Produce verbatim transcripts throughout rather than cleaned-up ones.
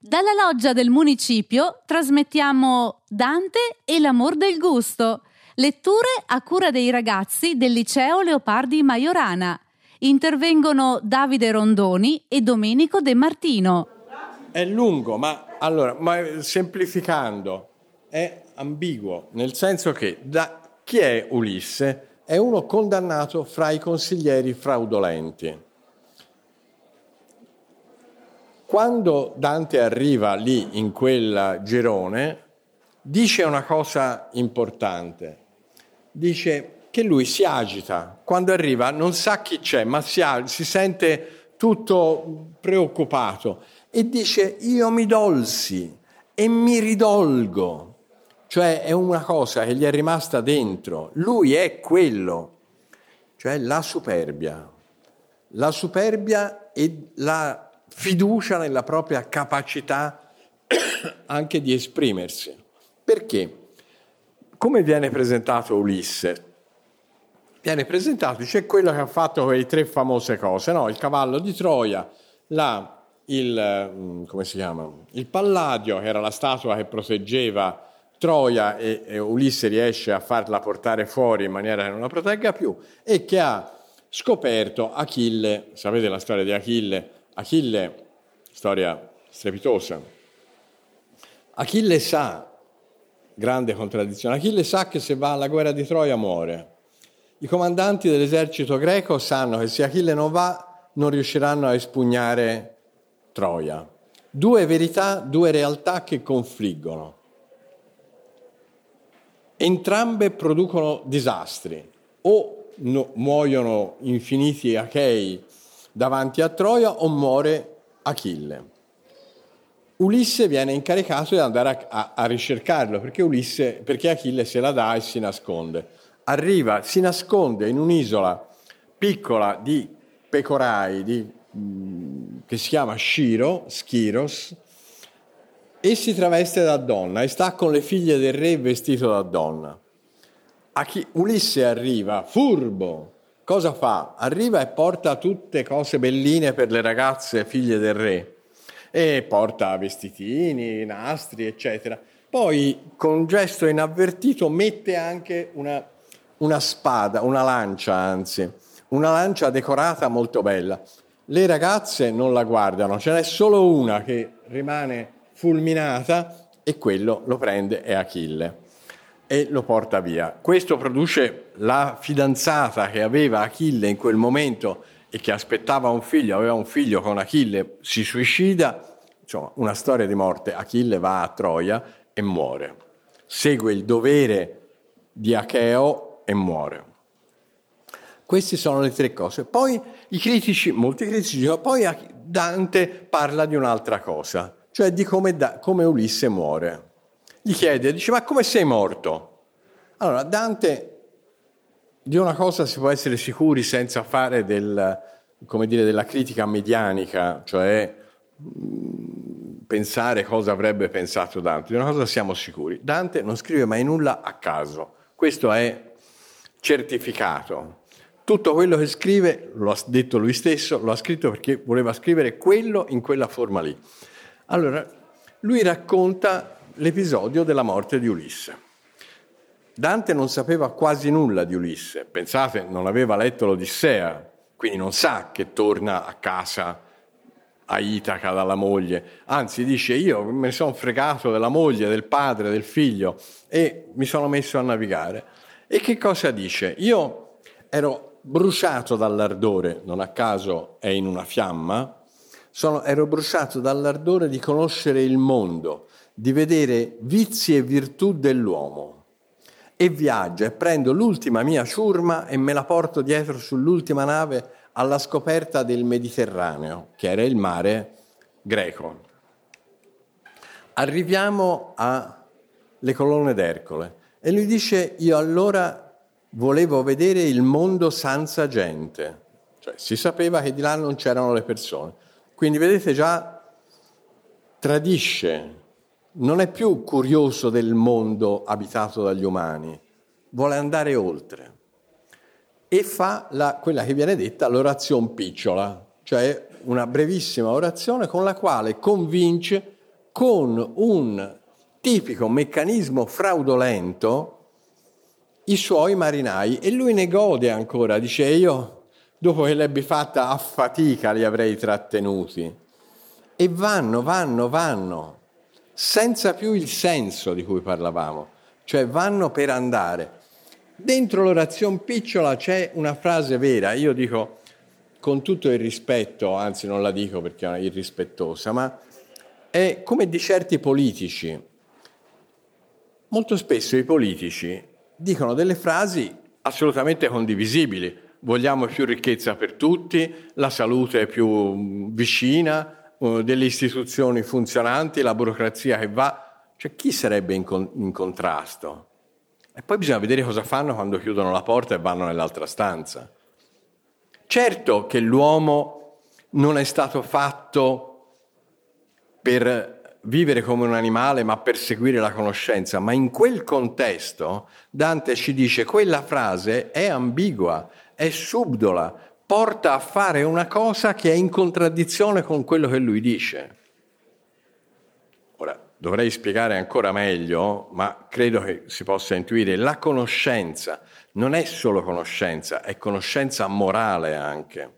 Dalla loggia del municipio trasmettiamo Dante e l'amor del gusto, letture a cura dei ragazzi del liceo Leopardi Majorana. Intervengono Davide Rondoni e Domenico De Martino. È lungo, ma allora, ma semplificando, è ambiguo, nel senso che da, chi è Ulisse? È uno condannato fra i consiglieri fraudolenti. Quando Dante arriva lì in quel girone, dice una cosa importante. Dice che lui si agita. Quando arriva non sa chi c'è, ma si, si sente tutto preoccupato. E dice, io mi dolsi e mi ridolgo. Cioè è una cosa che gli è rimasta dentro. Lui è quello. Cioè la superbia. La superbia e la fiducia nella propria capacità anche di esprimersi. Perché? Come viene presentato Ulisse? Viene presentato, c'è quello che ha fatto quelle tre famose cose, no? Il cavallo di Troia, la, il, come si chiama? Il Palladio, che era la statua che proteggeva Troia e, e Ulisse riesce a farla portare fuori in maniera che non la protegga più, e che ha scoperto Achille. Sapete la storia di Achille? Achille, storia strepitosa. Achille sa, grande contraddizione, Achille sa che se va alla guerra di Troia muore. I comandanti dell'esercito greco sanno che se Achille non va non riusciranno a espugnare Troia. Due verità, due realtà che confliggono. Entrambe producono disastri. O no, muoiono infiniti achei davanti a Troia o muore Achille. Ulisse viene incaricato di andare a, a, a ricercarlo perché, Ulisse, perché Achille se la dà e si nasconde. Arriva, si nasconde in un'isola piccola di pecorai di, mh, che si chiama Sciro, Schiros, e si traveste da donna e sta con le figlie del re vestito da donna. Ach- Ulisse arriva, furbo. Cosa fa? Arriva e porta tutte cose belline per le ragazze figlie del re e porta vestitini, nastri, eccetera. Poi, con un gesto inavvertito, mette anche una, una spada, una lancia, anzi, una lancia decorata molto bella. Le ragazze non la guardano, ce n'è solo una che rimane fulminata e quello lo prende è Achille. E lo porta via. Questo produce la fidanzata che aveva Achille in quel momento e che aspettava un figlio, aveva un figlio con Achille, si suicida, insomma una storia di morte. Achille va a Troia e muore. Segue il dovere di Acheo e muore. Queste sono le tre cose. Poi i critici, molti critici dicono, poi Dante parla di un'altra cosa, cioè di come, da, come Ulisse muore. Gli chiede, dice, ma come sei morto? Allora, Dante, di una cosa si può essere sicuri senza fare del, come dire, della critica medianica, cioè mh, pensare cosa avrebbe pensato Dante. Di una cosa siamo sicuri. Dante non scrive mai nulla a caso. Questo è certificato. Tutto quello che scrive, lo ha detto lui stesso, lo ha scritto perché voleva scrivere quello in quella forma lì. Allora, lui racconta l'episodio della morte di Ulisse. Dante non sapeva quasi nulla di Ulisse, pensate, non aveva letto l'Odissea, quindi non sa che torna a casa a Itaca dalla moglie, anzi dice io me ne sono fregato della moglie, del padre, del figlio e mi sono messo a navigare. E che cosa dice? Io ero bruciato dall'ardore, non a caso è in una fiamma, sono, ero bruciato dall'ardore di conoscere il mondo, di vedere vizi e virtù dell'uomo, e viaggio e prendo l'ultima mia ciurma e me la porto dietro sull'ultima nave alla scoperta del Mediterraneo, che era il mare greco. Arriviamo alle colonne d'Ercole e lui dice, io allora volevo vedere il mondo senza gente, cioè si sapeva che di là non c'erano le persone, quindi vedete già tradisce. Non è più curioso del mondo abitato dagli umani, vuole andare oltre. E fa la, quella che viene detta l'orazione picciola, cioè una brevissima orazione con la quale convince con un tipico meccanismo fraudolento i suoi marinai, e lui ne gode ancora, dice: io dopo che l'ebbi fatta a fatica li avrei trattenuti, e vanno, vanno, vanno, senza più il senso di cui parlavamo, cioè vanno per andare. Dentro l'orazione picciola c'è una frase vera, io dico con tutto il rispetto, anzi non la dico perché è irrispettosa, ma è come di certi politici. Molto spesso i politici dicono delle frasi assolutamente condivisibili: vogliamo più ricchezza per tutti, la salute è più vicina, delle istituzioni funzionanti, la burocrazia che va. Cioè, chi sarebbe in, con- in contrasto? E poi bisogna vedere cosa fanno quando chiudono la porta e vanno nell'altra stanza. Certo che l'uomo non è stato fatto per vivere come un animale, ma per seguire la conoscenza, ma in quel contesto Dante ci dice: quella frase è ambigua, è subdola, porta a fare una cosa che è in contraddizione con quello che lui dice. Ora, dovrei spiegare ancora meglio, ma credo che si possa intuire: la conoscenza non è solo conoscenza, è conoscenza morale anche.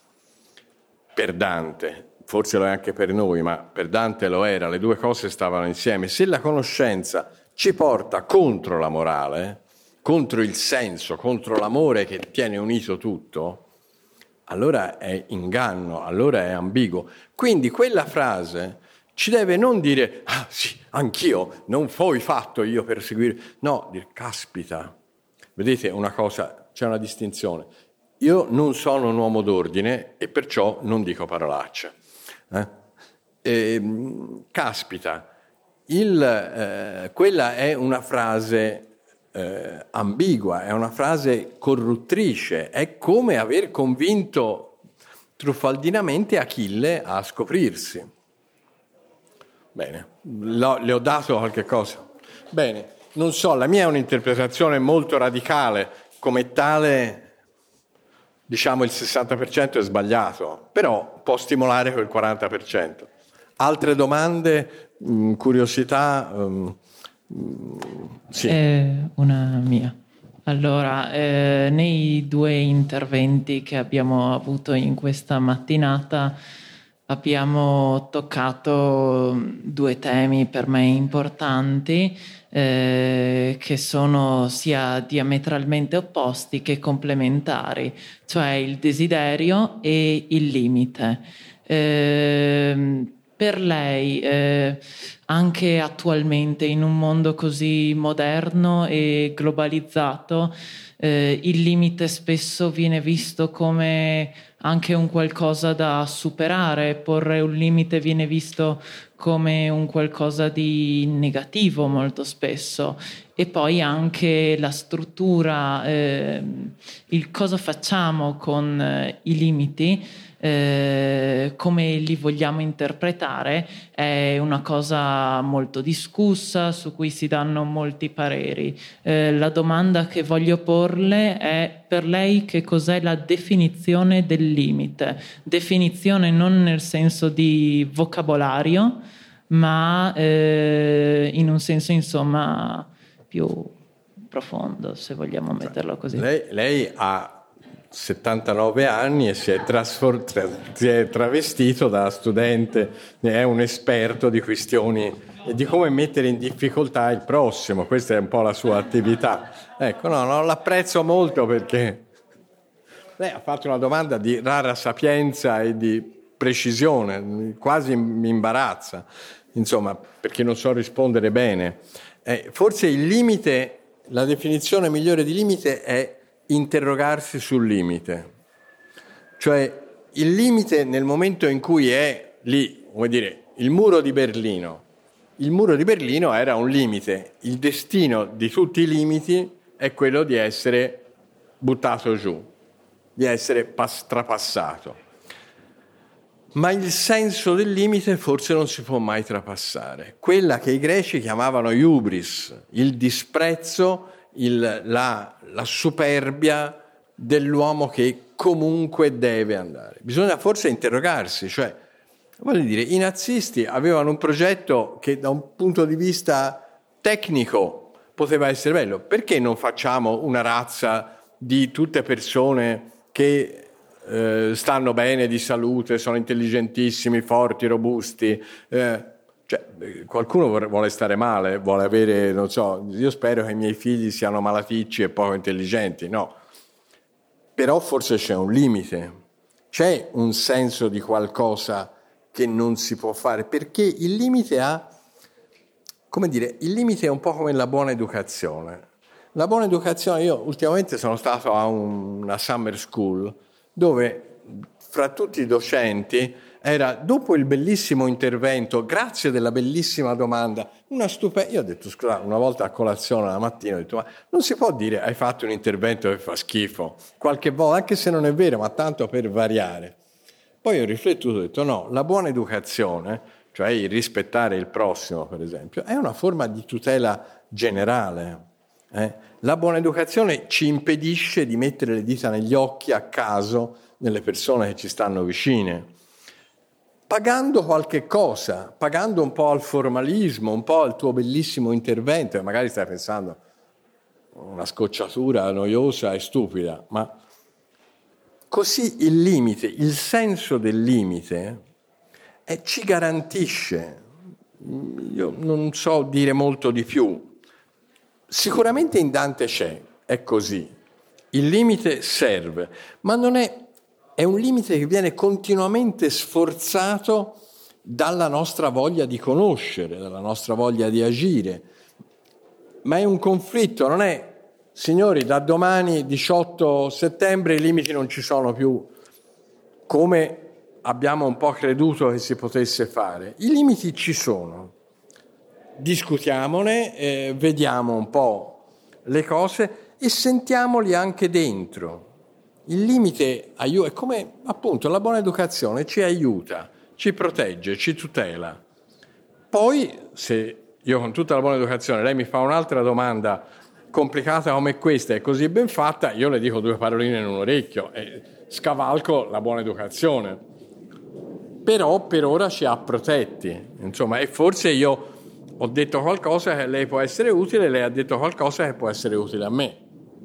Per Dante, forse lo è anche per noi, ma per Dante lo era, le due cose stavano insieme. Se la conoscenza ci porta contro la morale, contro il senso, contro l'amore che tiene unito tutto, allora è inganno, allora è ambiguo. Quindi quella frase ci deve non dire: ah sì, anch'io, non fui fatto io per seguire. No, dire: caspita, vedete una cosa, c'è una distinzione. Io non sono un uomo d'ordine e perciò non dico parolacce. Eh? E, caspita, il, eh, quella è una frase eh, ambigua, è una frase corruttrice, è come aver convinto truffaldinamente Achille a scoprirsi. Bene, L'ho, le ho dato qualche cosa. Bene, non so, la mia è un'interpretazione molto radicale, come tale, diciamo il sessanta per cento è sbagliato, però può stimolare quel quaranta per cento. Altre domande, mh, curiosità? Mh, mh, sì. Eh, una mia. Allora, eh, nei due interventi che abbiamo avuto in questa mattinata abbiamo toccato due temi per me importanti, eh, che sono sia diametralmente opposti che complementari, cioè il desiderio e il limite. Eh, per lei, eh, anche attualmente in un mondo così moderno e globalizzato, eh, il limite spesso viene visto come anche un qualcosa da superare, porre un limite viene visto come un qualcosa di negativo molto spesso, e poi anche la struttura, eh, il cosa facciamo con eh, i limiti, eh, come li vogliamo interpretare, è una cosa molto discussa, su cui si danno molti pareri. Eh, la domanda che voglio porle è: per lei che cos'è la definizione del limite? Definizione non nel senso di vocabolario, ma eh, in un senso insomma più profondo, se vogliamo metterlo così. Lei, lei ha settantanove anni e si è, trasfor- tra- si è travestito da studente, è un esperto di questioni e di come mettere in difficoltà il prossimo. Questa è un po' la sua attività. Ecco, no, no, l'apprezzo molto perché lei ha fatto una domanda di rara sapienza e di precisione, quasi mi imbarazza, insomma, perché non so rispondere bene. Eh, forse il limite, la definizione migliore di limite è interrogarsi sul limite, cioè il limite nel momento in cui è lì, come dire, il muro di Berlino. Il muro di Berlino era un limite, il destino di tutti i limiti è quello di essere buttato giù, di essere pas- trapassato. Ma il senso del limite forse non si può mai trapassare. Quella che i greci chiamavano hubris, il disprezzo, il, la, la superbia dell'uomo che comunque deve andare. Bisogna forse interrogarsi, cioè Voglio dire, i nazisti avevano un progetto che da un punto di vista tecnico poteva essere bello. Perché non facciamo una razza di tutte persone che eh, stanno bene di salute, sono intelligentissimi, forti, robusti? Eh, cioè, qualcuno vuole stare male, vuole avere, non so, io spero che i miei figli siano malaticci e poco intelligenti, no. Però forse c'è un limite, c'è un senso di qualcosa che non si può fare, perché il limite ha, come dire, il limite è un po' come la buona educazione. La buona educazione, io ultimamente sono stato a un, una summer school dove fra tutti i docenti era, dopo il bellissimo intervento, grazie della bellissima domanda, una stupenda, io ho detto, scusa, una volta a colazione la mattina ho detto, ma non si può dire hai fatto un intervento che fa schifo, qualche volta, anche se non è vero, ma tanto per variare. Poi ho riflettuto e ho detto no, la buona educazione, cioè il rispettare il prossimo per esempio, è una forma di tutela generale. Eh? La buona educazione ci impedisce di mettere le dita negli occhi a caso nelle persone che ci stanno vicine, pagando qualche cosa, pagando un po' al formalismo, un po' al tuo bellissimo intervento, e magari stai pensando una scocciatura noiosa e stupida, ma così il limite, il senso del limite eh, ci garantisce, io non so dire molto di più, sicuramente in Dante c'è, è così, il limite serve, ma non è, è un limite che viene continuamente sforzato dalla nostra voglia di conoscere, dalla nostra voglia di agire, ma è un conflitto, non è signori, da domani diciotto settembre i limiti non ci sono più, come abbiamo un po' creduto che si potesse fare. I limiti ci sono, discutiamone, eh, vediamo un po' le cose e sentiamoli anche dentro. Il limite aiuta, è come appunto la buona educazione ci aiuta, ci protegge, ci tutela. Poi, se io con tutta la buona educazione, lei mi fa un'altra domanda complicata come questa e così ben fatta, io le dico due paroline in un orecchio e scavalco la buona educazione. Però per ora ci ha protetti, insomma, e forse io ho detto qualcosa che a lei può essere utile, lei ha detto qualcosa che può essere utile a me.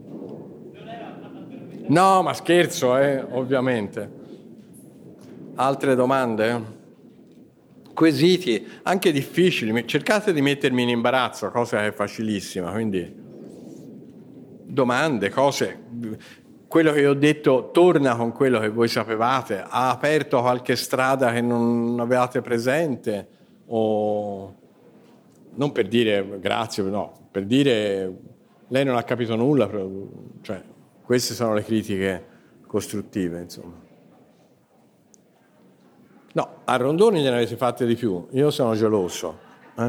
No, ma scherzo, eh, ovviamente. Altre domande? Quesiti, anche difficili, cercate di mettermi in imbarazzo, cosa che è facilissima, quindi domande, cose, quello che ho detto torna con quello che voi sapevate, ha aperto qualche strada che non avevate presente, o non per dire grazie, no, per dire lei non ha capito nulla, cioè queste sono le critiche costruttive, insomma. No, a Rondoni gliene avete fatte di più, io sono geloso. Eh?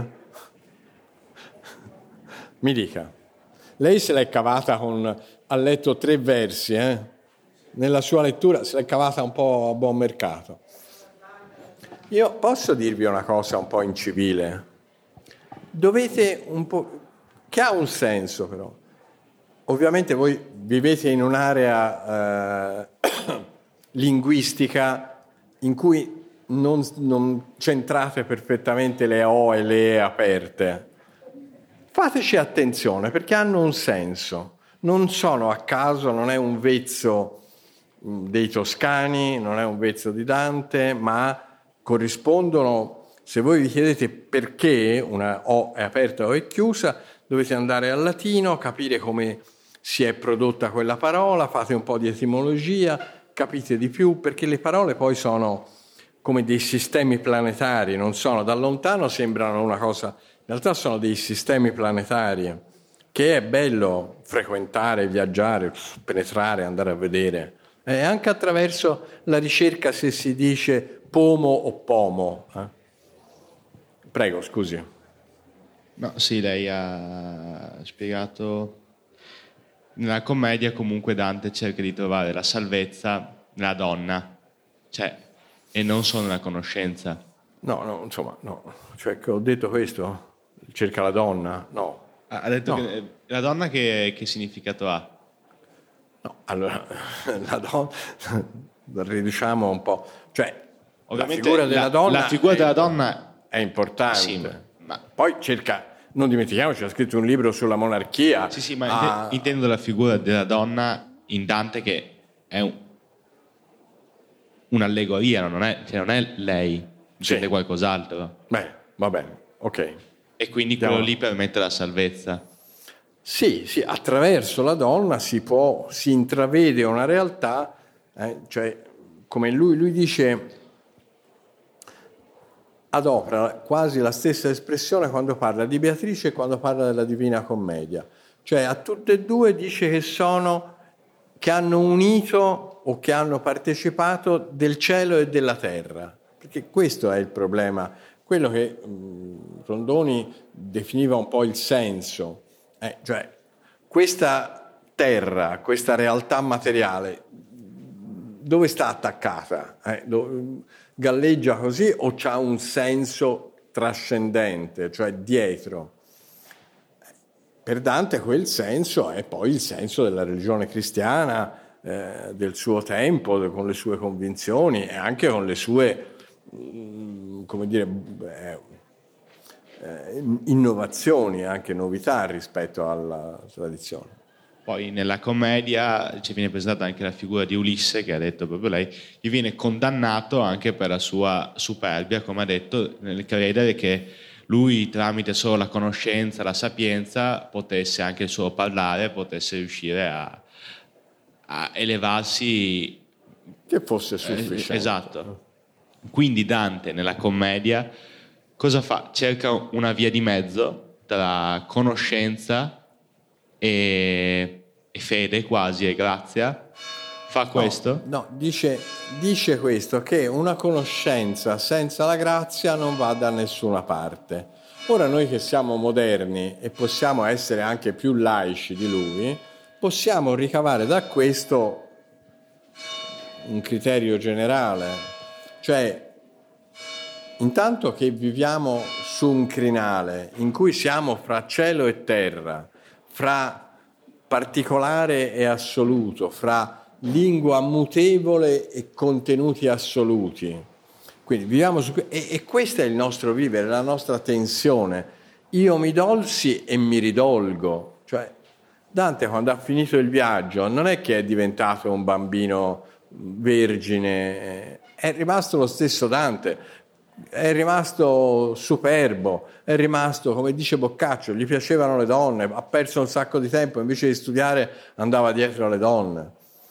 Mi dica. Lei se l'è cavata con, ha letto tre versi, eh? Nella sua lettura se l'è cavata un po' a buon mercato. Io posso dirvi una cosa un po' incivile? Dovete un po', che ha un senso però. Ovviamente voi vivete in un'area eh, linguistica in cui non, non centrate perfettamente le O e le E aperte. Fateci attenzione perché hanno un senso, non sono a caso, non è un vezzo dei Toscani, non è un vezzo di Dante, ma corrispondono, se voi vi chiedete perché una O è aperta o è chiusa, dovete andare al latino, capire come si è prodotta quella parola, fate un po' di etimologia, capite di più, perché le parole poi sono come dei sistemi planetari, non sono, da lontano sembrano una cosa, in realtà sono dei sistemi planetari che è bello frequentare, viaggiare, penetrare, andare a vedere. E anche attraverso la ricerca se si dice pomo o pomo. Eh? Prego, scusi. No, sì, lei ha spiegato. Nella commedia comunque Dante cerca di trovare la salvezza nella donna, cioè, e non solo nella conoscenza. No, no, insomma, no. Cioè, che ho detto questo? Cerca la donna? No. Ha detto no. che la donna che, che significato ha? No, allora, la donna, riduciamo un po'. Cioè, Ovviamente la figura della la, donna, la figura è, della donna è importante. Sì, ma, ma... Poi cerca, non dimentichiamoci, ha scritto un libro sulla monarchia. Sì, sì, ma ah, intendo la figura della donna in Dante, che è un, un'allegoria, non è, cioè non è lei, intende sì. qualcos'altro. Beh, va bene, ok. E quindi Andiamo. quello lì permette la salvezza. Sì, sì, attraverso la donna si può, si intravede una realtà, eh, cioè come lui, lui dice, adopera quasi la stessa espressione quando parla di Beatrice e quando parla della Divina Commedia. Cioè a tutte e due dice che sono, che hanno unito o che hanno partecipato del cielo e della terra, perché questo è il problema, quello che mh, Rondoni definiva un po' il senso. Eh, cioè, questa terra, questa realtà materiale, dove sta attaccata? Eh, dove, galleggia così o c'ha un senso trascendente, cioè dietro? Per Dante quel senso è poi il senso della religione cristiana, eh, del suo tempo, con le sue convinzioni e anche con le sue, mh, come dire, eh, Eh, innovazioni, anche novità rispetto alla tradizione. Poi nella commedia ci viene presentata anche la figura di Ulisse, che ha detto proprio lei, che viene condannato anche per la sua superbia, come ha detto, nel credere che lui tramite solo la conoscenza, la sapienza, potesse anche il suo parlare, potesse riuscire a, a elevarsi. Che fosse sufficiente. Eh, esatto. Quindi Dante nella commedia cosa fa? Cerca una via di mezzo tra conoscenza e, e fede quasi, e grazia. Fa questo? No, no, dice, dice questo, che una conoscenza senza la grazia non va da nessuna parte. Ora noi che siamo moderni e possiamo essere anche più laici di lui, possiamo ricavare da questo un criterio generale, cioè intanto che viviamo su un crinale in cui siamo fra cielo e terra, fra particolare e assoluto, fra lingua mutevole e contenuti assoluti. Quindi viviamo su e, e questo è il nostro vivere, la nostra tensione. Io mi dolsi e mi ridolgo. Cioè, Dante quando ha finito il viaggio non è che è diventato un bambino vergine, è rimasto lo stesso Dante. È rimasto superbo, è rimasto, come dice Boccaccio, gli piacevano le donne, ha perso un sacco di tempo, invece di studiare andava dietro alle donne.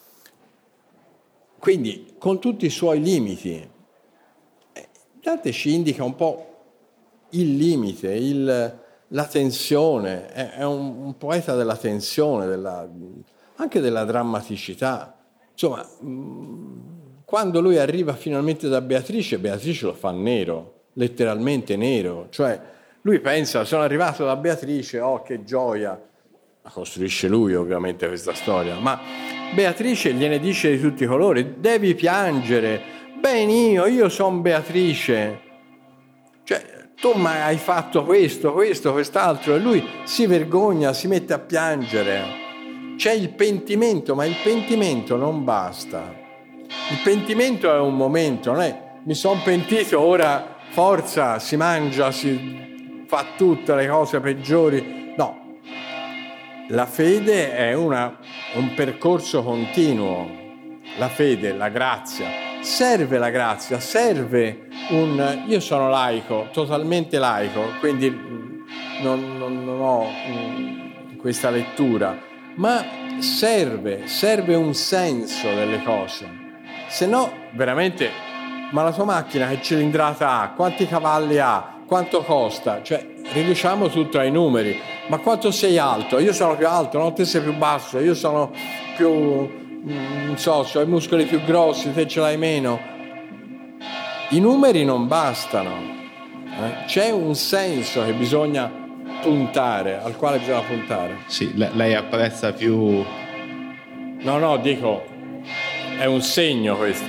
Quindi, con tutti i suoi limiti, Dante ci indica un po' il limite, il, la tensione, è, è un, un poeta della tensione, della, anche della drammaticità. Insomma, quando lui arriva finalmente da Beatrice, Beatrice lo fa nero, letteralmente nero, cioè lui pensa, sono arrivato da Beatrice, oh che gioia, la costruisce lui ovviamente questa storia, ma Beatrice gliene dice di tutti i colori, devi piangere, ben io, io sono Beatrice, cioè tu mai hai fatto questo, questo, quest'altro, e lui si vergogna, si mette a piangere, c'è il pentimento, ma il pentimento non basta. Il pentimento è un momento, non è mi sono pentito, ora forza, si mangia, si fa tutte le cose peggiori. No, la fede è una, un percorso continuo. La fede, la grazia, serve la grazia, serve un... Io sono laico, totalmente laico, quindi non, non, non ho um, questa lettura, ma serve, serve un senso delle cose. Se no, veramente, ma la tua macchina che cilindrata ha? Quanti cavalli ha? Quanto costa? Cioè, riduciamo tutto ai numeri. Ma quanto sei alto? Io sono più alto, no? Te sei più basso, io sono più, non so, ho i muscoli più grossi, te ce l'hai meno. I numeri non bastano. Eh? C'è un senso che bisogna puntare, al quale bisogna puntare. Sì, lei apprezza più... No, no, dico... È un segno questo.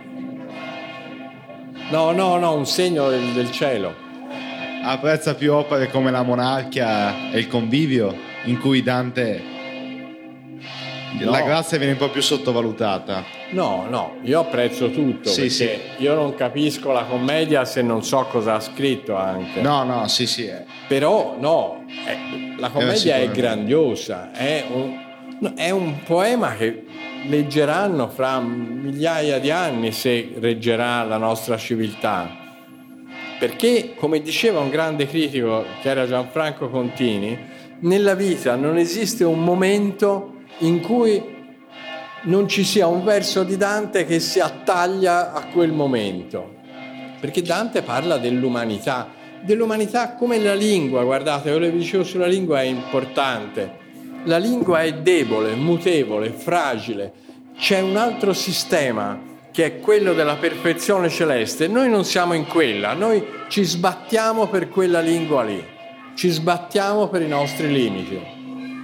No, no, no, un segno del, del cielo. Apprezza più opere come La Monarchia e Il Convivio, in cui Dante No. La grazia viene un po' più sottovalutata. No, no, io apprezzo tutto, Sì, perché sì. io non capisco la commedia se non so cosa ha scritto anche. No, no, sì, sì. È. Però no, è, la commedia è grandiosa, è un, è un poema che leggeranno fra migliaia di anni se reggerà la nostra civiltà. Perché, come diceva un grande critico che era Gianfranco Contini, nella vita non esiste un momento in cui non ci sia un verso di Dante che si attaglia a quel momento, perché Dante parla dell'umanità, dell'umanità come la lingua. Guardate, io le dicevo sulla lingua, è importante. La lingua è debole, mutevole, fragile. C'è un altro sistema che è quello della perfezione celeste. Noi non siamo in quella, noi ci sbattiamo per quella lingua lì, ci sbattiamo per i nostri limiti.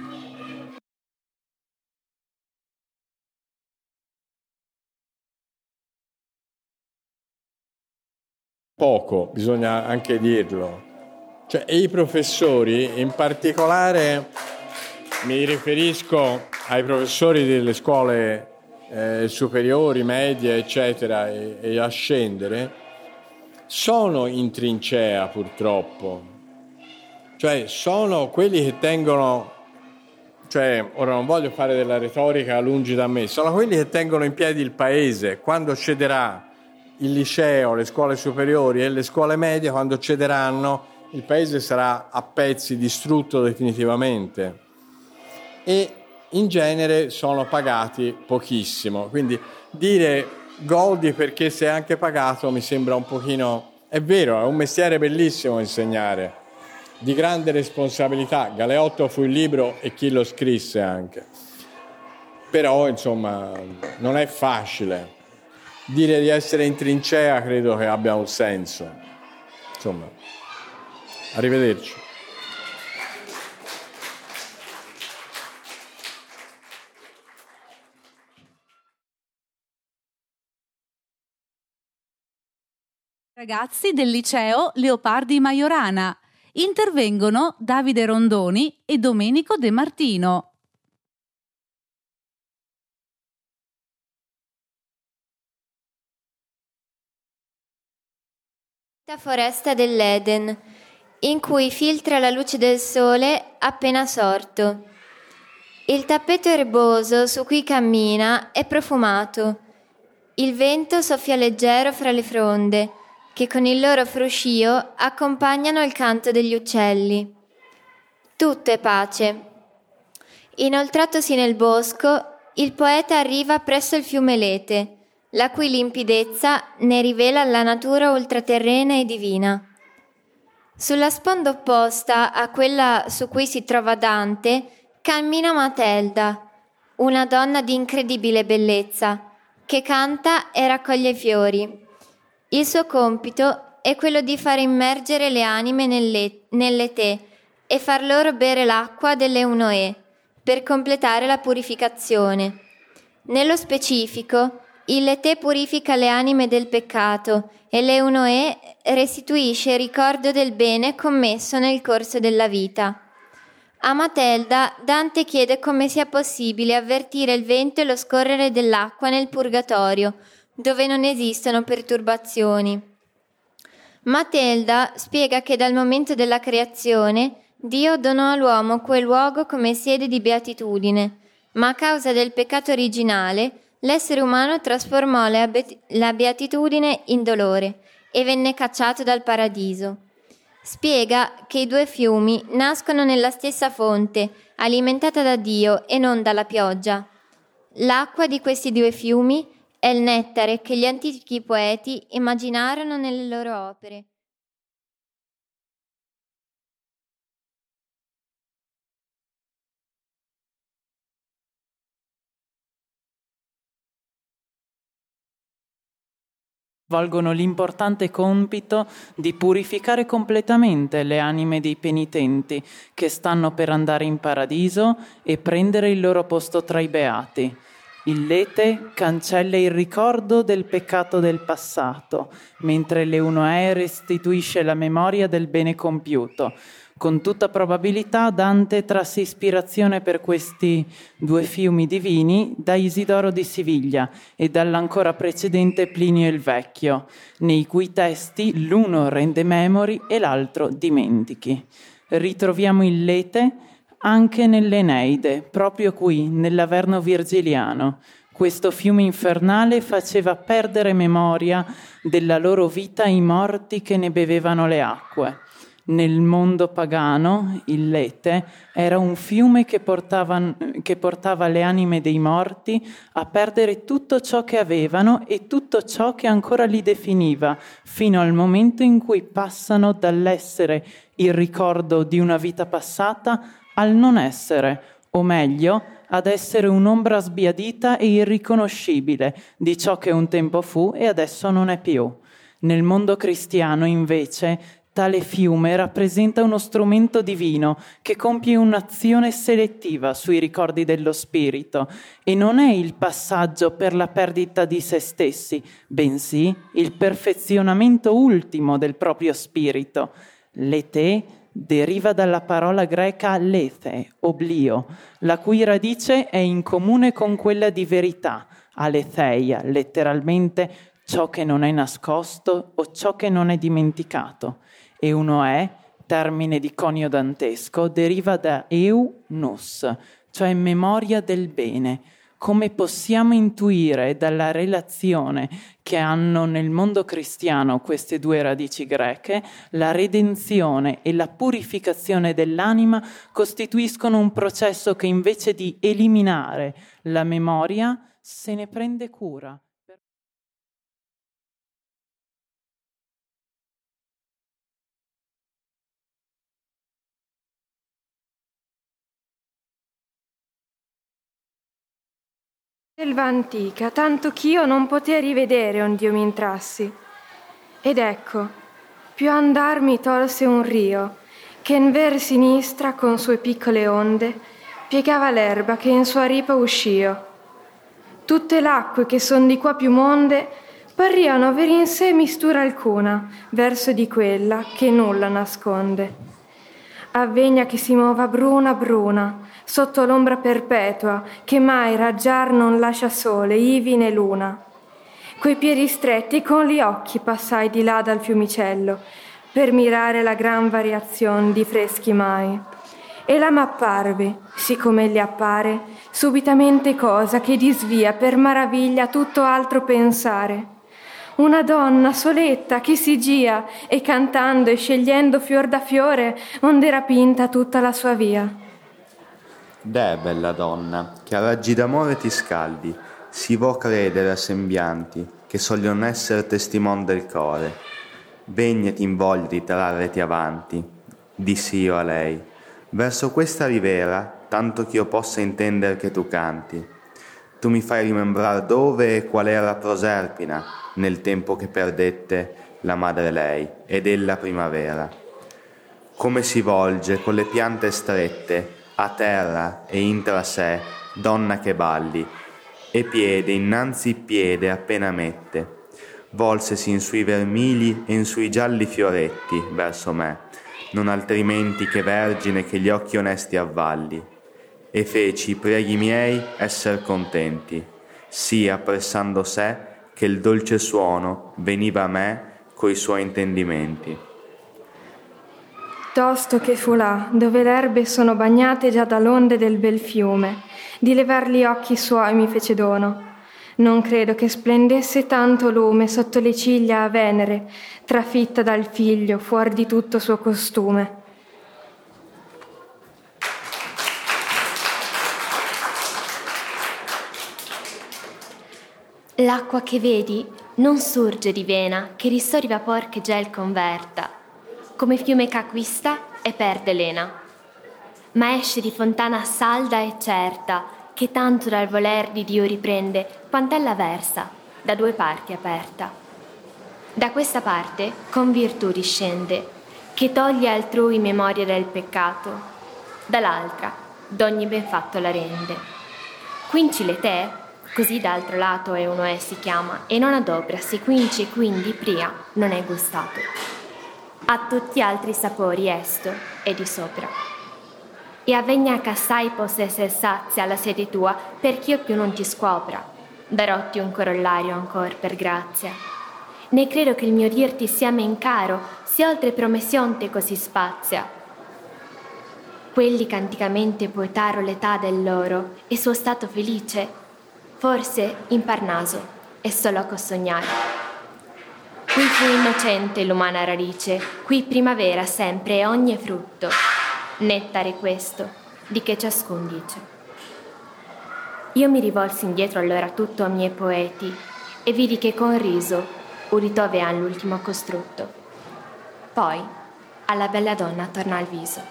Poco, bisogna anche dirlo. Cioè, e i professori, in particolare mi riferisco ai professori delle scuole eh, superiori, medie, eccetera, e, e a scendere, sono in trincea purtroppo. Cioè, sono quelli che tengono, cioè, ora non voglio fare della retorica lungi da me, sono quelli che tengono in piedi il paese. Quando cederà il liceo, le scuole superiori e le scuole medie, quando cederanno, il paese sarà a pezzi, distrutto definitivamente. E in genere sono pagati pochissimo. Quindi dire godi perché sei anche pagato mi sembra un pochino... È vero, è un mestiere bellissimo insegnare, di grande responsabilità. Galeotto fu il libro e chi lo scrisse anche. Però, insomma, non è facile. Dire di essere in trincea credo che abbia un senso. Insomma, arrivederci. Ragazzi del liceo Leopardi Majorana. Intervengono Davide Rondoni e Domenico De Martino. La foresta dell'Eden, in cui filtra la luce del sole appena sorto. Il tappeto erboso su cui cammina è profumato. Il vento soffia leggero fra le fronde, che con il loro fruscio accompagnano il canto degli uccelli. Tutto è pace. Inoltratosi nel bosco, il poeta arriva presso il fiume Lete, la cui limpidezza ne rivela la natura ultraterrena e divina. Sulla sponda opposta a quella su cui si trova Dante, cammina Matelda, una donna di incredibile bellezza, che canta e raccoglie fiori. Il suo compito è quello di far immergere le anime nelle, nelle tè e far loro bere l'acqua delle Unoe, per completare la purificazione. Nello specifico, il Letè purifica le anime del peccato e l'Eunoe restituisce il ricordo del bene commesso nel corso della vita. A Matelda, Dante chiede come sia possibile avvertire il vento e lo scorrere dell'acqua nel purgatorio, dove non esistono perturbazioni. Matelda spiega che dal momento della creazione Dio donò all'uomo quel luogo come sede di beatitudine, ma a causa del peccato originale l'essere umano trasformò la beatitudine in dolore e venne cacciato dal paradiso. Spiega che i due fiumi nascono nella stessa fonte, alimentata da Dio e non dalla pioggia. L'acqua di questi due fiumi è il nettare che gli antichi poeti immaginarono nelle loro opere. Svolgono l'importante compito di purificare completamente le anime dei penitenti che stanno per andare in paradiso e prendere il loro posto tra i beati. Il lete cancella il ricordo del peccato del passato, mentre l'eunoe restituisce la memoria del bene compiuto. Con tutta probabilità Dante trasse ispirazione per questi due fiumi divini da Isidoro di Siviglia e dall'ancora precedente Plinio il Vecchio, nei cui testi l'uno rende memori e l'altro dimentichi. Ritroviamo il lete anche nell'Eneide, proprio qui, nell'Averno virgiliano. Questo fiume infernale faceva perdere memoria della loro vita ai morti che ne bevevano le acque. Nel mondo pagano, il Lete era un fiume che portava, che portava le anime dei morti a perdere tutto ciò che avevano e tutto ciò che ancora li definiva, fino al momento in cui passano dall'essere il ricordo di una vita passata al non essere, o meglio, ad essere un'ombra sbiadita e irriconoscibile di ciò che un tempo fu e adesso non è più. Nel mondo cristiano, invece, tale fiume rappresenta uno strumento divino che compie un'azione selettiva sui ricordi dello spirito e non è il passaggio per la perdita di se stessi, bensì il perfezionamento ultimo del proprio spirito. Lete deriva dalla parola greca lethe, oblio, la cui radice è in comune con quella di verità, aletheia, letteralmente ciò che non è nascosto o ciò che non è dimenticato. Eunoe, termine di conio dantesco, deriva da eu nous, cioè memoria del bene. Come possiamo intuire dalla relazione che hanno nel mondo cristiano queste due radici greche, la redenzione e la purificazione dell'anima costituiscono un processo che invece di eliminare la memoria se ne prende cura. Selva antica, tanto ch'io non potei rivedere ond'io mi intrassi. Ed ecco, più andar mi tolse un rio, che in ver sinistra con sue piccole onde piegava l'erba che in sua ripa uscio. Tutte l'acque che son di qua più monde parriano aver in sé mistura alcuna, verso di quella che nulla nasconde. Avvegna che si muova bruna bruna, sotto l'ombra perpetua, che mai raggiar non lascia sole, ivi né luna. Coi piedi stretti con gli occhi passai di là dal fiumicello, per mirare la gran variazion di freschi mai. E là m'apparve, siccome gli appare, subitamente cosa che disvia per maraviglia tutto altro pensare. Una donna soletta che si gia e cantando e scegliendo fior da fiore onde rapinta tutta la sua via. Deh, bella donna, che a raggi d'amore ti scaldi, si vo credere a sembianti, che soglion esser testimon del core. Vegna ti invoglio di trarreti avanti, dissi io a lei, verso questa rivera, tanto ch'io possa intender che tu canti. Tu mi fai rimembrar dove e qual era Proserpina, nel tempo che perdette la madre lei, ed ella primavera. Come si volge con le piante strette, a terra e intra sé, donna che balli, e piede innanzi piede appena mette, volsesi in sui vermigli e in sui gialli fioretti verso me, non altrimenti che vergine che gli occhi onesti avvalli, e feci i preghi miei esser contenti, sì appressando sé che il dolce suono veniva a me coi suoi intendimenti. Tosto che fu là, dove le erbe sono bagnate già dall'onde del bel fiume, di levar gli occhi suoi mi fece dono. Non credo che splendesse tanto lume sotto le ciglia a Venere, trafitta dal figlio fuor di tutto suo costume. L'acqua che vedi non surge di vena, che ristori vapor che gel converta, come fiume qu'acquista e perde lena, ma esce di fontana salda e certa, che tanto dal voler di Dio riprende, quant'ella versa, da due parti aperta. Da questa parte con virtù discende, che toglie altrui memoria del peccato, dall'altra d'ogni benfatto la rende. Quincile te, Così d'altro lato è uno è si chiama, e non adopra, si quinci e quindi pria non è gustato. A tutti altri sapori esto è di sopra. E avvegna che assai possa essere sazia la sede tua, perch'io più non ti scopra. Darotti un corollario ancor per grazia. Ne credo che il mio dirti sia men caro, se oltre promissionte così spazia. Quelli che anticamente poetaro l'età del loro e suo stato felice, forse in Parnaso è solo a sognare. Qui fu innocente l'umana radice, qui primavera sempre e ogni frutto, nettare questo di che ciascun dice. Io mi rivolsi indietro allora tutto a miei poeti e vidi che con riso udito avean l'ultimo costrutto. Poi alla bella donna torna il viso.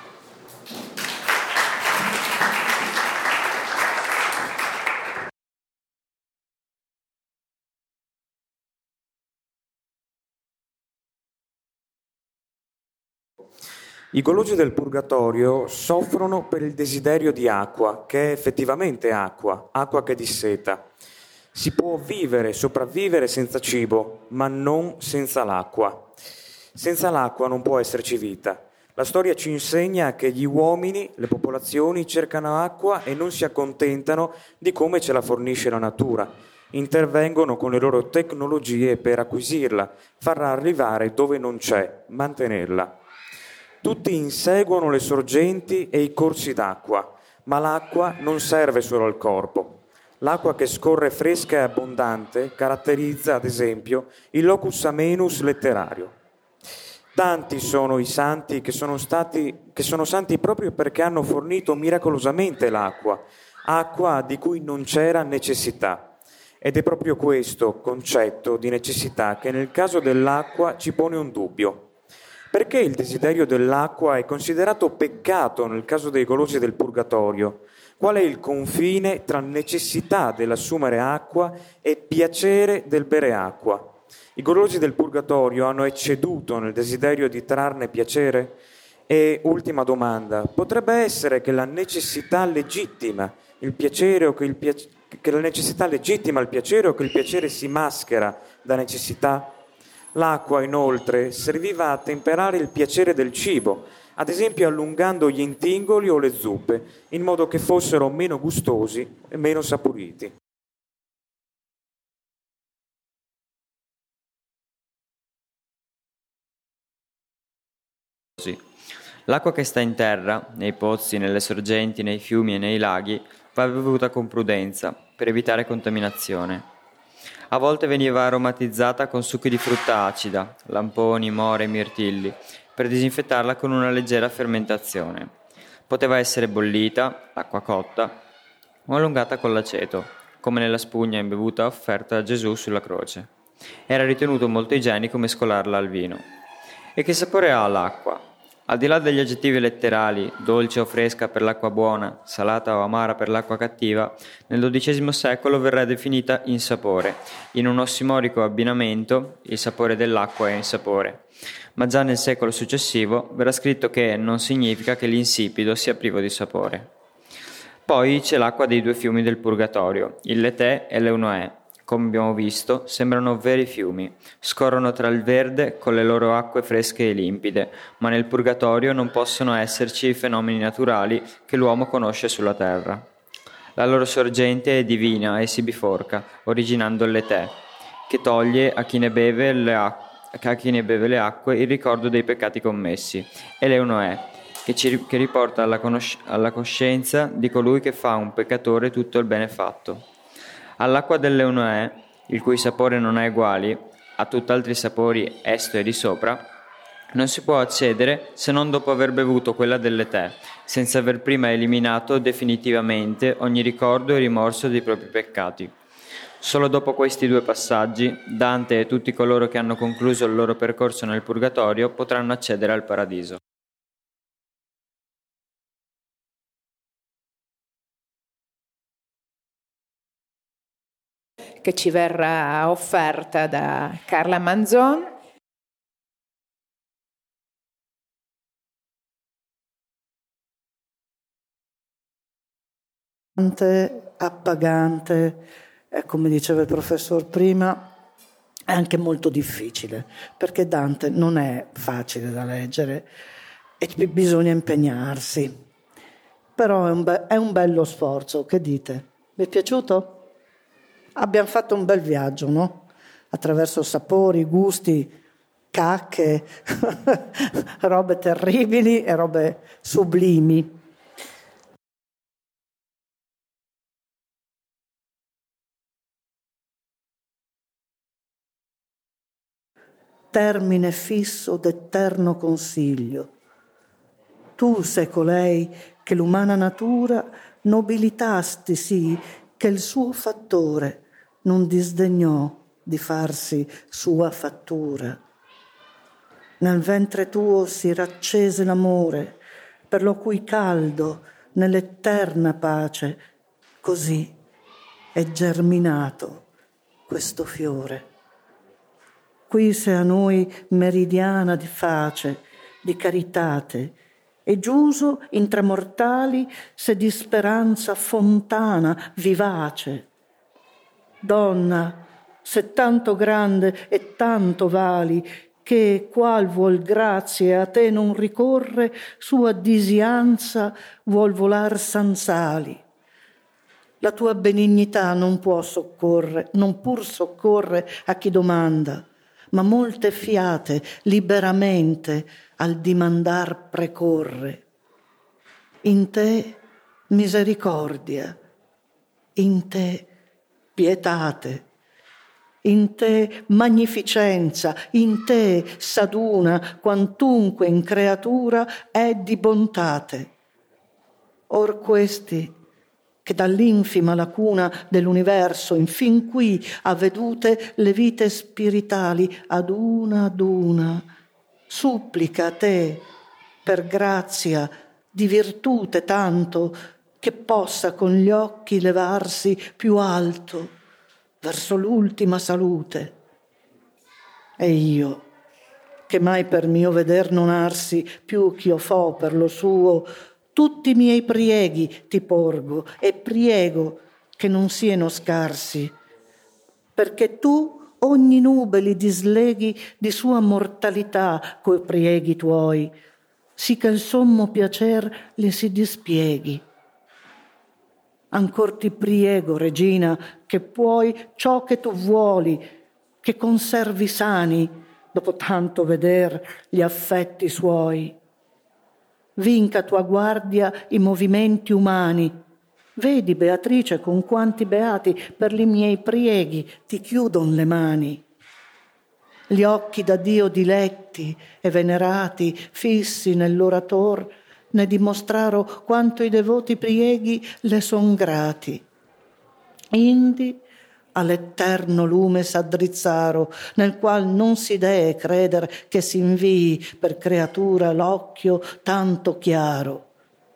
I golosi del purgatorio soffrono per il desiderio di acqua, che è effettivamente acqua, acqua che disseta. Si può vivere, sopravvivere senza cibo, ma non senza l'acqua. Senza l'acqua non può esserci vita. La storia ci insegna che gli uomini, le popolazioni, cercano acqua e non si accontentano di come ce la fornisce la natura. Intervengono con le loro tecnologie per acquisirla, farla arrivare dove non c'è, mantenerla. Tutti inseguono le sorgenti e i corsi d'acqua, ma l'acqua non serve solo al corpo. L'acqua che scorre fresca e abbondante caratterizza, ad esempio, il locus amenus letterario. Tanti sono i santi che sono stati, che sono santi proprio perché hanno fornito miracolosamente l'acqua, acqua di cui non c'era necessità. Ed è proprio questo concetto di necessità che nel caso dell'acqua ci pone un dubbio. Perché il desiderio dell'acqua è considerato peccato nel caso dei golosi del purgatorio? Qual è il confine tra necessità dell'assumere acqua e piacere del bere acqua? I golosi del purgatorio hanno ecceduto nel desiderio di trarne piacere? E ultima domanda, potrebbe essere che la necessità legittima il piacere o che, il piace- che la necessità legittima il piacere o che il piacere si maschera da necessità? L'acqua, inoltre, serviva a temperare il piacere del cibo, ad esempio allungando gli intingoli o le zuppe, in modo che fossero meno gustosi e meno saporiti. L'acqua che sta in terra, nei pozzi, nelle sorgenti, nei fiumi e nei laghi, va bevuta con prudenza, per evitare contaminazione. A volte veniva aromatizzata con succhi di frutta acida, lamponi, more e mirtilli, per disinfettarla con una leggera fermentazione. Poteva essere bollita, l'acqua cotta, o allungata con l'aceto, come nella spugna imbevuta offerta a Gesù sulla croce. Era ritenuto molto igienico mescolarla al vino. E che sapore ha l'acqua? Al di là degli aggettivi letterali, dolce o fresca per l'acqua buona, salata o amara per l'acqua cattiva, nel dodicesimo secolo verrà definita insapore, in un ossimorico abbinamento, il sapore dell'acqua è insapore. Ma già nel secolo successivo verrà scritto che non significa che l'insipido sia privo di sapore. Poi c'è l'acqua dei due fiumi del Purgatorio, il Letè e l'Eunoè. Come abbiamo visto, sembrano veri fiumi, scorrono tra il verde con le loro acque fresche e limpide, ma nel Purgatorio non possono esserci i fenomeni naturali che l'uomo conosce sulla terra. La loro sorgente è divina e si biforca, originando il Letè, che toglie a chi ne beve le, ac- a chi ne beve le acque il ricordo dei peccati commessi, e l'Eunoè, che, ci, che riporta alla, conosc- alla coscienza di colui che fa un peccatore tutto il bene fatto. All'acqua dell'Eunoè, il cui sapore non è uguale a tutt'altri sapori esto e di sopra, non si può accedere se non dopo aver bevuto quella del Letè, senza aver prima eliminato definitivamente ogni ricordo e rimorso dei propri peccati. Solo dopo questi due passaggi, Dante e tutti coloro che hanno concluso il loro percorso nel Purgatorio potranno accedere al Paradiso. Che ci verrà offerta da Carla Manzon. Dante appagante e, come diceva il professor prima, è anche molto difficile, perché Dante non è facile da leggere e bisogna impegnarsi. Però è un, be- è un bello sforzo, che dite? Vi è piaciuto? Abbiamo fatto un bel viaggio, no? Attraverso sapori, gusti, cacche, robe terribili e robe sublimi. Termine fisso d'eterno consiglio. Tu sei colei che l'umana natura nobilitasti sì, che il suo fattore non disdegnò di farsi sua fattura. Nel ventre tuo si raccese l'amore, per lo cui caldo nell'eterna pace, così è germinato questo fiore. Qui se a noi meridiana di face, di caritate, e giuso intra mortali se di speranza fontana vivace. Donna, se tanto grande e tanto vali, che qual vuol grazie a te non ricorre, sua disianza vuol volar sansali. La tua benignità non può soccorre, non pur soccorre a chi domanda, ma molte fiate liberamente al dimandar precorre. In te misericordia, in te pietate, in te magnificenza, in te saduna, quantunque in creatura è di bontate. Or questi, che dall'infima lacuna dell'universo infin qui ha vedute le vite spiritali ad una ad una, supplica a te per grazia di virtute tanto che possa con gli occhi levarsi più alto verso l'ultima salute. E io, che mai per mio veder non arsi più ch'io fo per lo suo, tutti i miei prieghi ti porgo e priego che non siano scarsi, perché tu ogni nube li disleghi di sua mortalità coi prieghi tuoi, sì che il sommo piacer li si dispieghi. Ancor ti priego, Regina, che puoi ciò che tu vuoli, che conservi sani, dopo tanto veder gli affetti suoi. Vinca tua guardia i movimenti umani. Vedi, Beatrice, con quanti beati per li miei prieghi ti chiudon le mani. Gli occhi da Dio diletti e venerati, fissi nell'orator, ne dimostraro quanto i devoti prieghi le son grati. Indi all'eterno lume s'addrizzaro, nel qual non si dee creder che si invii per creatura l'occhio tanto chiaro.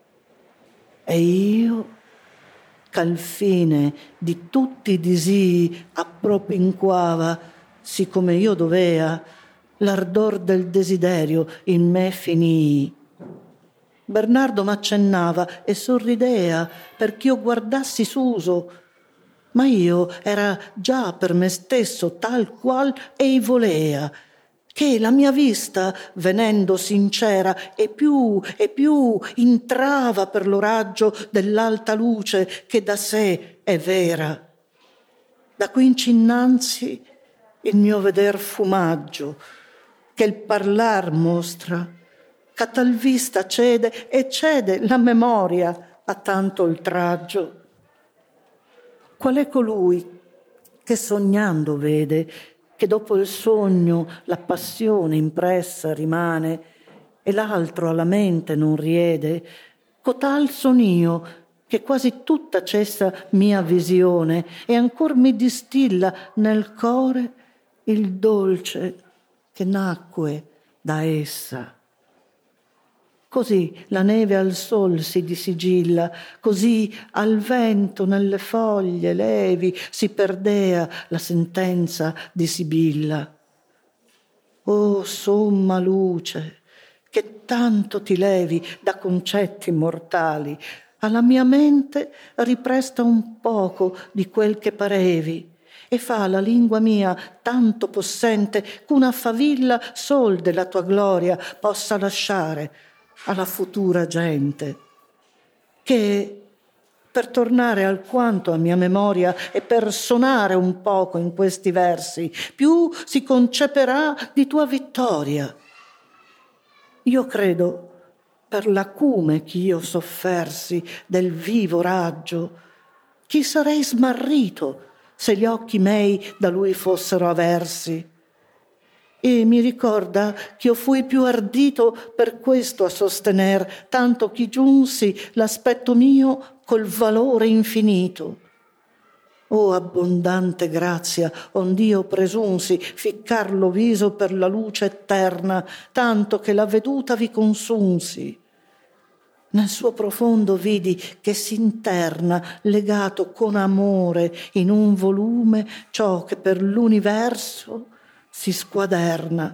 E io, ch'al fine di tutti i disii appropinquava, siccome io dovea, l'ardor del desiderio in me finii. Bernardo m'accennava e sorridea perch'io guardassi suso, ma io era già per me stesso tal qual ei volea, che la mia vista, venendo sincera, e più e più intrava per lo raggio dell'alta luce che da sé è vera. Da quinci innanzi il mio veder fumaggio, che il parlar mostra, che a tal vista cede e cede la memoria a tanto oltraggio. Qual è colui che sognando vede che dopo il sogno la passione impressa rimane e l'altro alla mente non riede? Cotal son io che quasi tutta cessa mia visione e ancor mi distilla nel core il dolce che nacque da essa. Così la neve al sol si disigilla, così al vento nelle foglie levi si perdea la sentenza di Sibilla. O somma luce, che tanto ti levi da concetti mortali, alla mia mente ripresta un poco di quel che parevi e fa la lingua mia tanto possente ch'una favilla sol della tua gloria possa lasciare alla futura gente, che per tornare alquanto a mia memoria e per sonare un poco in questi versi, più si conceperà di tua vittoria. Io credo, per l'acume ch'io soffersi del vivo raggio, chi sarei smarrito se gli occhi mei da lui fossero aversi. E mi ricorda ch'io fui più ardito per questo a sostener, tanto chi giunsi l'aspetto mio col valore infinito. O abbondante grazia, ond'io presunsi ficcar lo viso per la luce eterna, tanto che la veduta vi consunsi. Nel suo profondo vidi che s'interna, legato con amore in un volume, ciò che per l'universo si squaderna.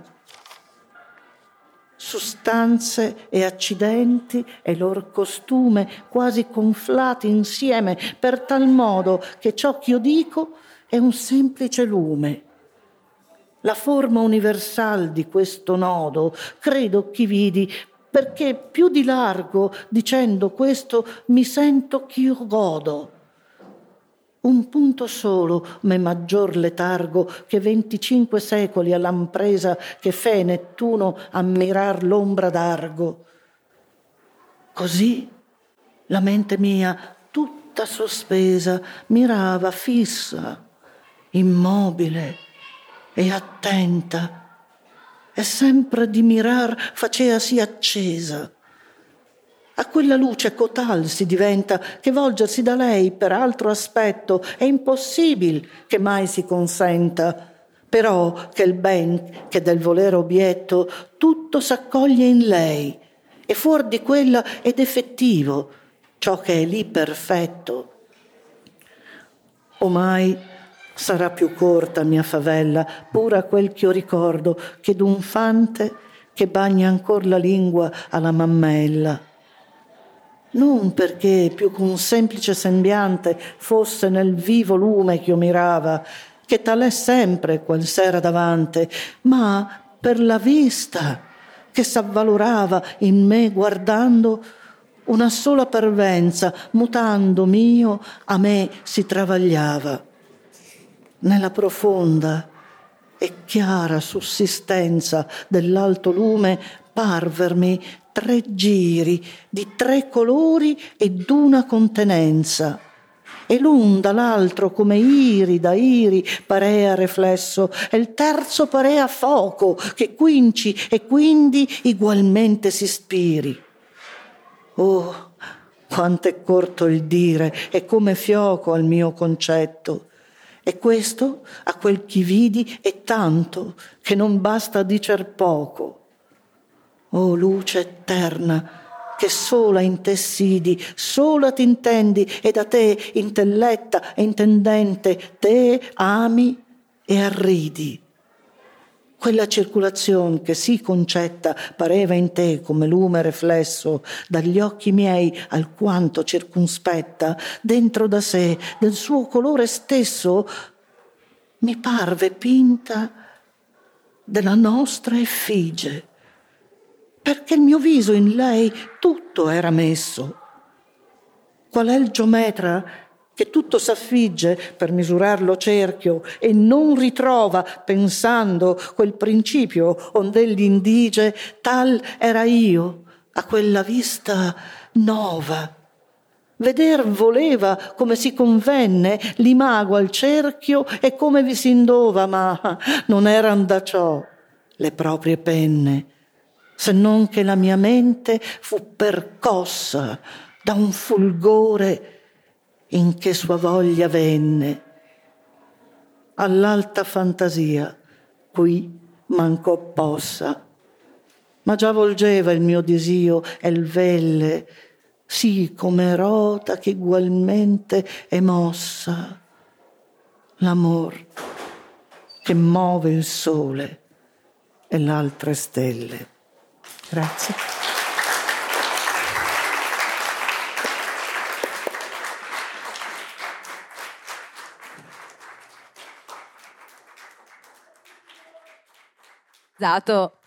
Sustanze e accidenti e lor costume quasi conflati insieme, per tal modo che ciò ch'io dico è un semplice lume. La forma universal di questo nodo credo chi vidi, perché più di largo dicendo questo mi sento ch'io godo. Un punto solo m'è maggior letargo che venticinque secoli all'ampresa che fe Nettuno ammirar l'ombra d'argo. Così la mente mia tutta sospesa mirava fissa, immobile e attenta, e sempre di mirar faceasi accesa. A quella luce cotal si diventa che volgersi da lei per altro aspetto è impossibil che mai si consenta, però che il ben che del volere obietto tutto s'accoglie in lei e fuor di quella ed effettivo ciò che è lì perfetto. Omai sarà più corta mia favella, pura quel ch'io ricordo che d'un fante che bagna ancor la lingua alla mammella. Non perché più che un semplice sembiante fosse nel vivo lume ch'io mirava, che tal è sempre qual s'era davante, ma per la vista che s'avvalorava in me guardando una sola parvenza, mutando mio, a me si travagliava. Nella profonda e chiara sussistenza dell'alto lume parvermi tre giri di tre colori e d'una contenenza, e l'un dall'altro come iri da iri parea reflesso, e il terzo parea foco che quinci e quindi igualmente si spiri. Oh, quanto è corto il dire e come fioco al mio concetto! E questo a quel chi vidi è tanto che non basta dicer poco. O luce eterna, che sola in te sidi, sola t'intendi e da te intelletta e intendente te ami e arridi. Quella circolazione che sì concetta pareva in te come lume riflesso dagli occhi miei alquanto circunspetta, dentro da sé del suo colore stesso mi parve pinta della nostra effigie, perché il mio viso in lei tutto era messo. Qual è il geometra che tutto s'affigge per misurarlo cerchio e non ritrova, pensando quel principio ond'egli indige, tal era io a quella vista nova. Veder voleva come si convenne l'imago al cerchio e come vi s'indova, ma non eran da ciò le proprie penne, se non che la mia mente fu percossa da un fulgore in che sua voglia venne. All'alta fantasia qui mancò possa, ma già volgeva il mio desio e il velle, sì come rota che ugualmente è mossa. L'amor che muove il sole e l'altre stelle. Grazie. Esatto.